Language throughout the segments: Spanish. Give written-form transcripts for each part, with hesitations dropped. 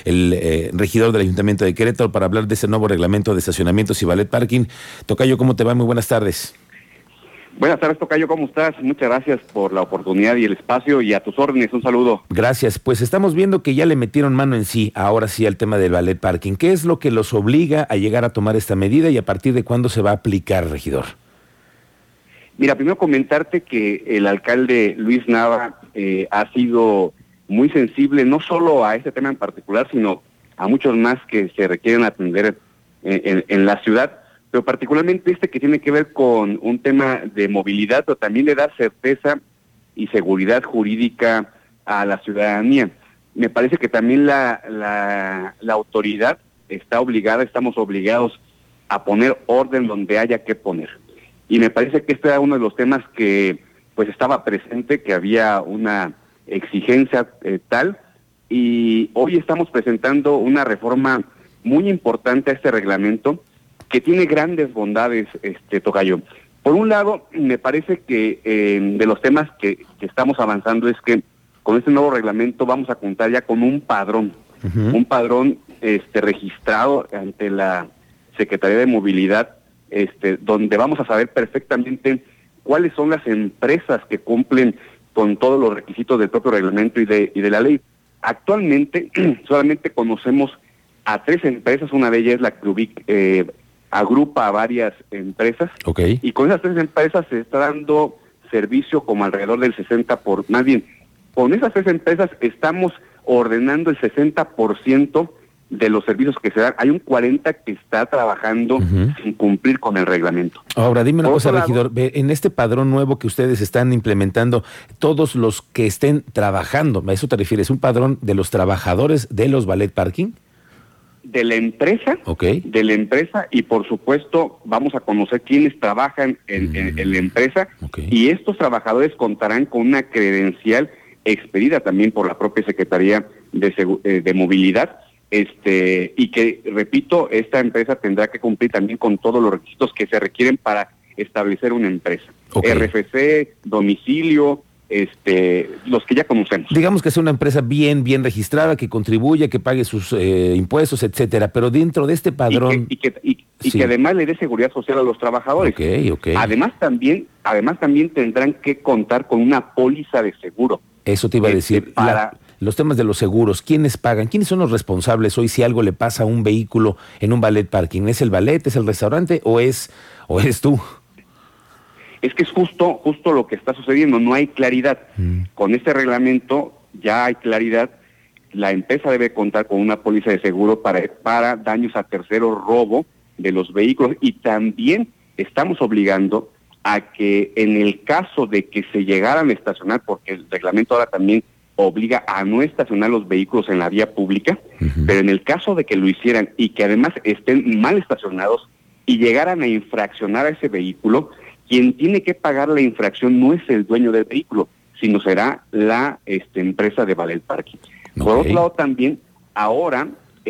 el regidor del Ayuntamiento de Querétaro, para hablar de ese nuevo reglamento de estacionamientos y valet parking. Tocayo, ¿cómo te va? Muy buenas tardes. Buenas tardes, Tocayo, ¿cómo estás? Muchas gracias por la oportunidad y el espacio, y a tus órdenes, un saludo. Gracias, pues estamos viendo que ya le metieron mano en sí, ahora sí, al tema del valet parking. ¿Qué es lo que los obliga a llegar a tomar esta medida y a partir de cuándo se va a aplicar, regidor? Mira, primero comentarte que el alcalde Luis Nava ha sido muy sensible, no solo a este tema en particular, sino a muchos más que se requieren atender en la ciudad, pero particularmente este que tiene que ver con un tema de movilidad, pero también le da certeza y seguridad jurídica a la ciudadanía. Me parece que también la autoridad está obligada, estamos obligados a poner orden donde haya que poner. Y me parece que este era uno de los temas que pues estaba presente, que había una exigencia tal, y hoy estamos presentando una reforma muy importante a este reglamento, que tiene grandes bondades, Tocayo. Por un lado, me parece que de los temas que estamos avanzando es que con este nuevo reglamento vamos a contar ya con un padrón, un padrón registrado ante la Secretaría de Movilidad, donde vamos a saber perfectamente cuáles son las empresas que cumplen con todos los requisitos del propio reglamento y de la ley. Actualmente solamente conocemos a 3 empresas, una de ellas es la que agrupa a varias empresas, Okay. Y con esas 3 empresas se está dando servicio como alrededor del 60%, más bien, con esas 3 empresas estamos ordenando el 60% de los servicios que se dan. Hay un 40% que está trabajando sin cumplir con el reglamento. Ahora, dime una cosa, lado, regidor, en este padrón nuevo que ustedes están implementando, todos los que estén trabajando, ¿a eso te refieres? ¿Un padrón de los trabajadores de los valet parking? De la empresa, Okay. De la empresa, y por supuesto vamos a conocer quiénes trabajan en la empresa, Okay. Y estos trabajadores contarán con una credencial expedida también por la propia Secretaría de Movilidad, y que, repito, esta empresa tendrá que cumplir también con todos los requisitos que se requieren para establecer una empresa. Okay. RFC, domicilio, los que ya conocemos. Digamos que es una empresa bien registrada, que contribuye, que pague sus impuestos, etcétera, pero dentro de este padrón... Y Sí. que además le dé seguridad social a los trabajadores. Okay. Además también tendrán que contar con una póliza de seguro. Eso te iba a decir. Los temas de los seguros, ¿quiénes pagan? ¿Quiénes son los responsables hoy si algo le pasa a un vehículo en un valet parking? ¿Es el valet, es el restaurante o eres tú? Es que es justo lo que está sucediendo, no hay claridad. Con este reglamento ya hay claridad. La empresa debe contar con una póliza de seguro para daños a terceros, robo de los vehículos, y también estamos obligando a que en el caso de que se llegaran a estacionar, porque el reglamento ahora también obliga a no estacionar los vehículos en la vía pública, pero en el caso de que lo hicieran y que además estén mal estacionados y llegaran a infraccionar a ese vehículo, quien tiene que pagar la infracción no es el dueño del vehículo, sino será la empresa de valet parking. Okay. Por otro lado también, ahora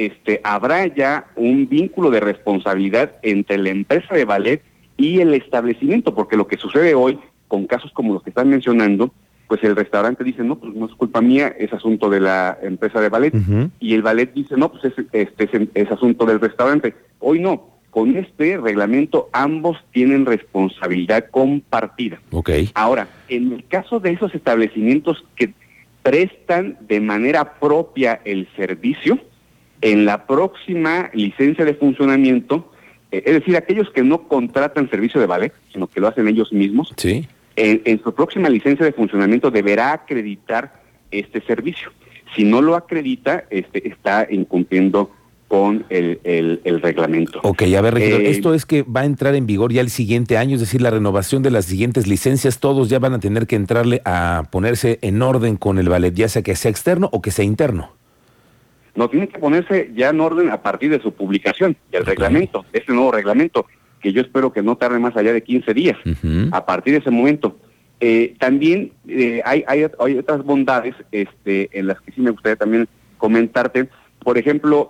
habrá ya un vínculo de responsabilidad entre la empresa de valet y el establecimiento, porque lo que sucede hoy con casos como los que están mencionando, pues el restaurante dice, no, pues no es culpa mía, es asunto de la empresa de valet, y el valet dice, no, pues es asunto del restaurante. Hoy no, con este reglamento ambos tienen responsabilidad compartida. Okay. Ahora, en el caso de esos establecimientos que prestan de manera propia el servicio, en la próxima licencia de funcionamiento, es decir, aquellos que no contratan servicio de valet, sino que lo hacen ellos mismos, sí, en su próxima licencia de funcionamiento deberá acreditar este servicio. Si no lo acredita, está incumpliendo con el reglamento. Ok, a ver, regidor, esto es que va a entrar en vigor ya el siguiente año, es decir, la renovación de las siguientes licencias, todos ya van a tener que entrarle a ponerse en orden con el valet, ya sea que sea externo o que sea interno. No, tienen que ponerse ya en orden a partir de su publicación del reglamento, este nuevo reglamento, que yo espero que no tarde más allá de 15 días, a partir de ese momento. También hay otras bondades en las que sí me gustaría también comentarte. Por ejemplo,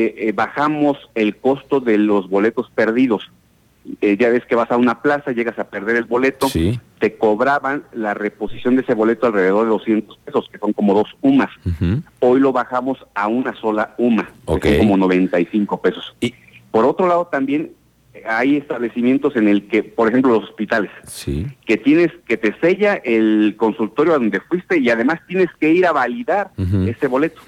bajamos el costo de los boletos perdidos. Ya ves que vas a una plaza, llegas a perder el boleto, sí, te cobraban la reposición de ese boleto alrededor de 200 pesos, que son como 2 UMAs. Hoy lo bajamos a una sola UMA, que son como 95 pesos. Y por otro lado también hay establecimientos en el que, por ejemplo, los hospitales, que te sella el consultorio a donde fuiste y además tienes que ir a validar ese boleto.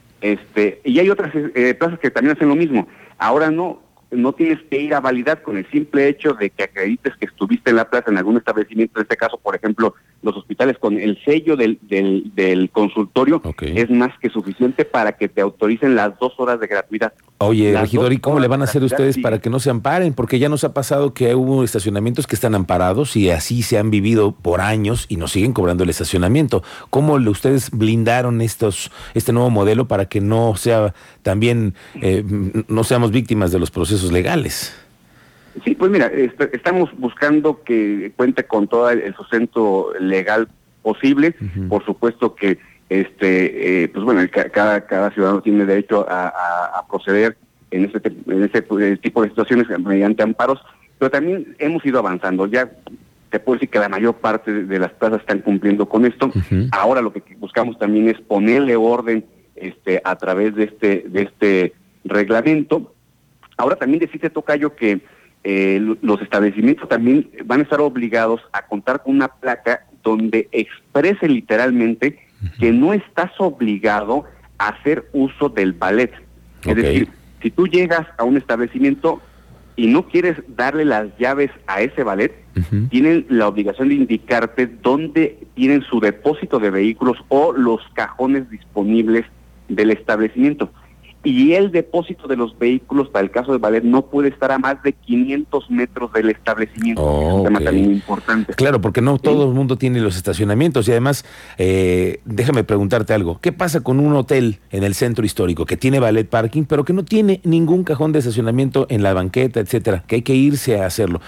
Y hay otras plazas que también hacen lo mismo. Ahora no tienes que ir a validar, con el simple hecho de que acredites que estuviste en la plaza en algún establecimiento, en este caso, por ejemplo, los hospitales, con el sello del consultorio, es más que suficiente para que te autoricen las 2 horas de gratuidad. Oye, regidor, ¿y cómo le van a hacer ustedes para que no se amparen? Porque ya nos ha pasado que hubo estacionamientos que están amparados y así se han vivido por años y nos siguen cobrando el estacionamiento. ¿Cómo ustedes blindaron este nuevo modelo para que no sea también, no seamos víctimas de los procesos legales? Sí, pues mira, estamos buscando que cuente con todo el sustento legal posible. Por supuesto que pues bueno, cada ciudadano tiene derecho a proceder en este tipo de situaciones mediante amparos, pero también hemos ido avanzando. Ya te puedo decir que la mayor parte de las plazas están cumpliendo con esto. Ahora lo que buscamos también es ponerle orden a través de este reglamento. Ahora también decirte, tocayo, que los establecimientos también van a estar obligados a contar con una placa donde exprese literalmente que no estás obligado a hacer uso del ballet. Es decir, si tú llegas a un establecimiento y no quieres darle las llaves a ese ballet, tienen la obligación de indicarte dónde tienen su depósito de vehículos o los cajones disponibles del establecimiento. Y el depósito de los vehículos, para el caso de ballet, no puede estar a más de 500 metros del establecimiento. Es un tema también importante. Claro, porque no todo el mundo tiene los estacionamientos. Y además, déjame preguntarte algo. ¿Qué pasa con un hotel en el centro histórico que tiene ballet parking, pero que no tiene ningún cajón de estacionamiento en la banqueta, etcétera? Que hay que irse a hacerlo.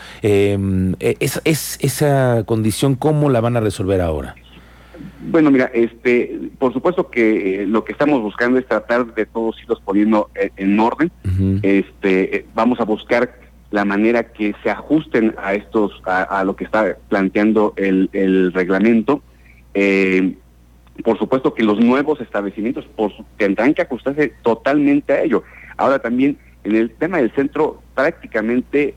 Esa condición, ¿cómo la van a resolver ahora? Bueno, mira, por supuesto que lo que estamos buscando es tratar de todos irlos poniendo en orden. Vamos a buscar la manera que se ajusten a lo que está planteando el reglamento. Por supuesto que los nuevos establecimientos tendrán que ajustarse totalmente a ello. Ahora también, en el tema del centro, prácticamente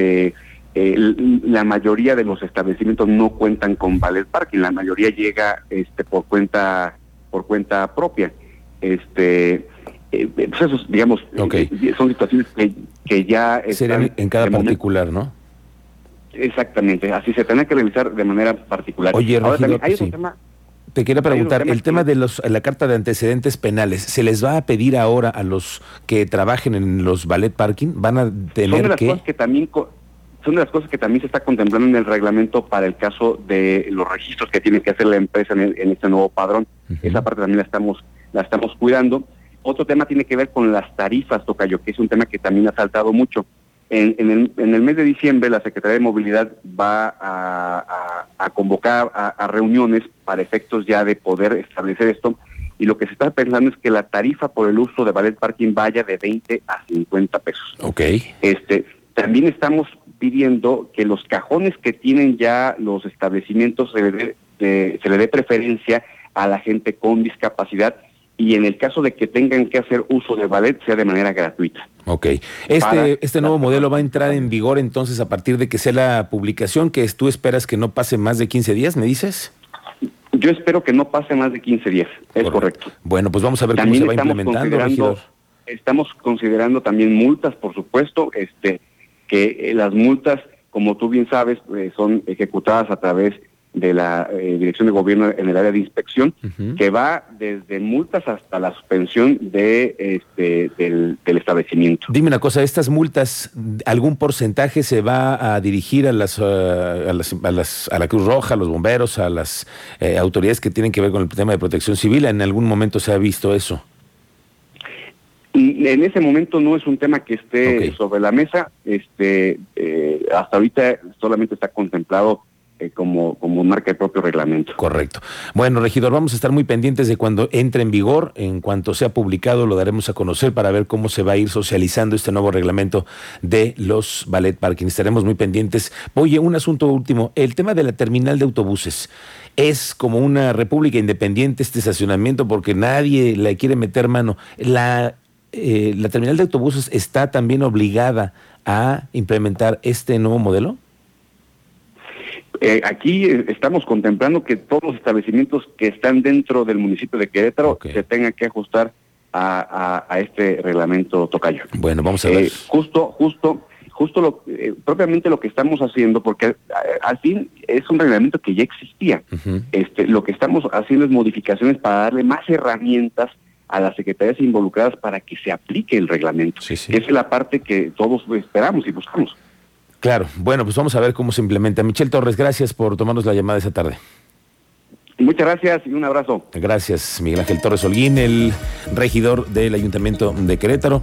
la mayoría de los establecimientos no cuentan con valet parking, la mayoría llega por cuenta propia. Pues esos, digamos, son situaciones que ya serán en cada particular, ¿no? Exactamente, así se tendrá que revisar de manera particular. Oye, ahora regidor, también hay otro tema. Te quería preguntar, el tema de la carta de antecedentes penales, ¿se les va a pedir ahora a los que trabajen en los valet parking? ¿Van a tener son de las cosas que también se está contemplando en el reglamento para el caso de los registros que tiene que hacer la empresa en este nuevo padrón? Esa parte también la estamos cuidando. Otro tema tiene que ver con las tarifas, tocayo, que es un tema que también ha saltado mucho. En el mes de diciembre la Secretaría de Movilidad va a convocar a reuniones para efectos ya de poder establecer esto, y lo que se está pensando es que la tarifa por el uso de valet parking vaya de 20 a 50 pesos. También estamos pidiendo que los cajones que tienen ya los establecimientos se le dé preferencia a la gente con discapacidad, y en el caso de que tengan que hacer uso de ballet sea de manera gratuita. Este nuevo modelo va a entrar en vigor entonces a partir de que sea la publicación, que tú esperas que no pase más de 15 días, ¿me dices? Yo espero que no pase más de 15 días, es correcto. Bueno, pues vamos a ver también cómo se va implementando, regidor. Estamos considerando también multas, por supuesto, que las multas, como tú bien sabes, son ejecutadas a través de la Dirección de Gobierno en el área de inspección, que va desde multas hasta la suspensión del establecimiento. Dime una cosa, ¿estas multas, algún porcentaje se va a dirigir a la Cruz Roja, a los bomberos, a las autoridades que tienen que ver con el tema de protección civil? ¿En algún momento se ha visto eso? En ese momento no es un tema que esté sobre la mesa. Hasta ahorita solamente está contemplado como marca el propio reglamento. Correcto. Bueno, regidor, vamos a estar muy pendientes de cuando entre en vigor. En cuanto sea publicado, lo daremos a conocer para ver cómo se va a ir socializando este nuevo reglamento de los ballet parking. Estaremos muy pendientes. Oye, un asunto último. El tema de la terminal de autobuses. Es como una república independiente este estacionamiento porque nadie le quiere meter mano. La terminal de autobuses está también obligada a implementar este nuevo modelo. Aquí estamos contemplando que todos los establecimientos que están dentro del municipio de Querétaro se tengan que ajustar a este reglamento tocayo. Bueno, vamos a ver. Propiamente lo que estamos haciendo, porque al fin es un reglamento que ya existía. Uh-huh. Lo que estamos haciendo es modificaciones para darle más herramientas a las secretarías involucradas para que se aplique el reglamento. Sí. Esa es la parte que todos esperamos y buscamos. Claro, bueno, pues vamos a ver cómo se implementa. Michelle Torres, gracias por tomarnos la llamada esta tarde. Muchas gracias y un abrazo. Gracias, Miguel Ángel Torres Holguín, el regidor del Ayuntamiento de Querétaro.